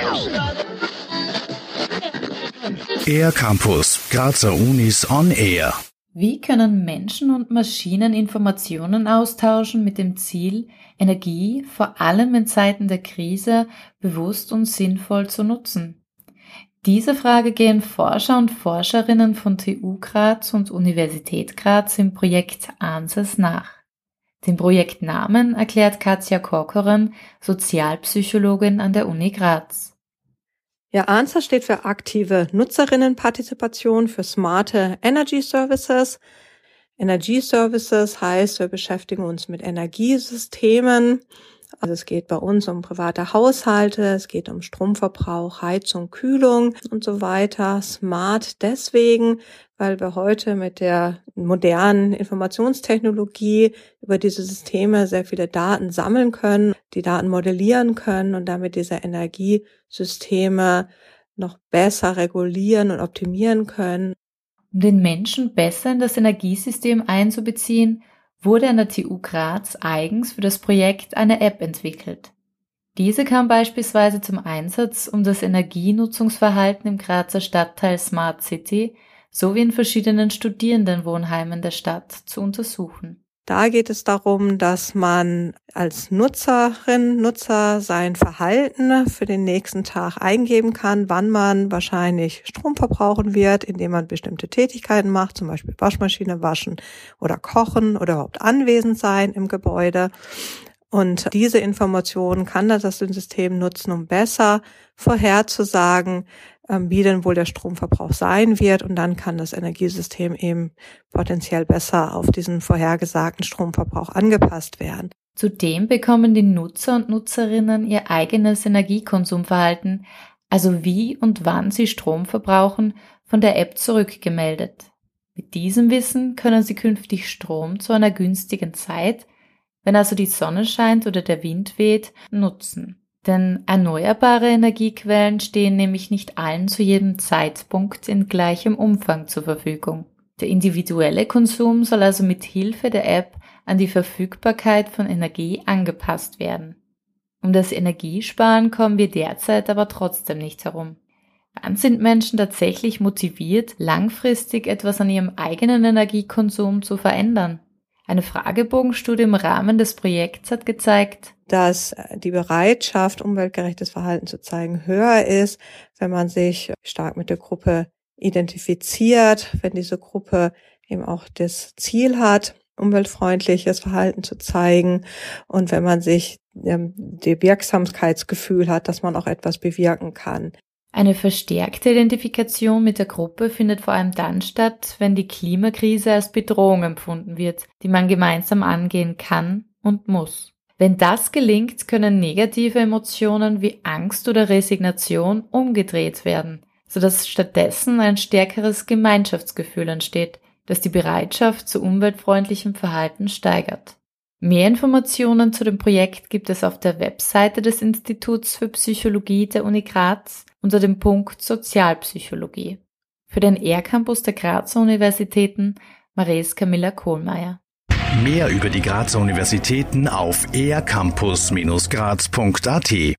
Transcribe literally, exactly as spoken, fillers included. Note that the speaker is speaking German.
Air Campus, Grazer Unis on Air. Wie können Menschen und Maschinen Informationen austauschen mit dem Ziel, Energie, vor allem in Zeiten der Krise, bewusst und sinnvoll zu nutzen? Diese Frage gehen Forscher und Forscherinnen von T U Graz und Universität Graz im Projekt ANSYS nach. Den Projektnamen erklärt Katja Corcoran, Sozialpsychologin an der Uni Graz. Ja, ANSYS steht für aktive Nutzerinnenpartizipation für smarte Energy Services. Energy Services heißt, wir beschäftigen uns mit Energiesystemen. Also es geht bei uns um private Haushalte, es geht um Stromverbrauch, Heizung, Kühlung und so weiter. Smart deswegen, weil wir heute mit der modernen Informationstechnologie über diese Systeme sehr viele Daten sammeln können, die Daten modellieren können und damit diese Energiesysteme noch besser regulieren und optimieren können. Um den Menschen besser in das Energiesystem einzubeziehen, wurde an der T U Graz eigens für das Projekt eine App entwickelt. Diese kam beispielsweise zum Einsatz, um das Energienutzungsverhalten im Grazer Stadtteil Smart City sowie in verschiedenen Studierendenwohnheimen der Stadt zu untersuchen. Da geht es darum, dass man als Nutzerin, Nutzer sein Verhalten für den nächsten Tag eingeben kann, wann man wahrscheinlich Strom verbrauchen wird, indem man bestimmte Tätigkeiten macht, zum Beispiel Waschmaschine waschen oder kochen oder überhaupt anwesend sein im Gebäude. Und diese Informationen kann das System nutzen, um besser vorherzusagen, wie denn wohl der Stromverbrauch sein wird. Und dann kann das Energiesystem eben potenziell besser auf diesen vorhergesagten Stromverbrauch angepasst werden. Zudem bekommen die Nutzer und Nutzerinnen ihr eigenes Energiekonsumverhalten, also wie und wann sie Strom verbrauchen, von der App zurückgemeldet. Mit diesem Wissen können sie künftig Strom zu einer günstigen Zeit, wenn also die Sonne scheint oder der Wind weht, nutzen. Denn erneuerbare Energiequellen stehen nämlich nicht allen zu jedem Zeitpunkt in gleichem Umfang zur Verfügung. Der individuelle Konsum soll also mit Hilfe der App an die Verfügbarkeit von Energie angepasst werden. Um das Energiesparen kommen wir derzeit aber trotzdem nicht herum. Wann sind Menschen tatsächlich motiviert, langfristig etwas an ihrem eigenen Energiekonsum zu verändern? Eine Fragebogenstudie im Rahmen des Projekts hat gezeigt, dass die Bereitschaft, umweltgerechtes Verhalten zu zeigen, höher ist, wenn man sich stark mit der Gruppe identifiziert, wenn diese Gruppe eben auch das Ziel hat, umweltfreundliches Verhalten zu zeigen und wenn man sich ähm, die Wirksamkeitsgefühl hat, dass man auch etwas bewirken kann. Eine verstärkte Identifikation mit der Gruppe findet vor allem dann statt, wenn die Klimakrise als Bedrohung empfunden wird, die man gemeinsam angehen kann und muss. Wenn das gelingt, können negative Emotionen wie Angst oder Resignation umgedreht werden, sodass stattdessen ein stärkeres Gemeinschaftsgefühl entsteht, das die Bereitschaft zu umweltfreundlichem Verhalten steigert. Mehr Informationen zu dem Projekt gibt es auf der Webseite des Instituts für Psychologie der Uni Graz unter dem Punkt Sozialpsychologie. Für den Air Campus der Grazer Universitäten Maries Camilla Kohlmeier. Mehr über die Grazer Universitäten auf air campus Bindestrich graz Punkt a t.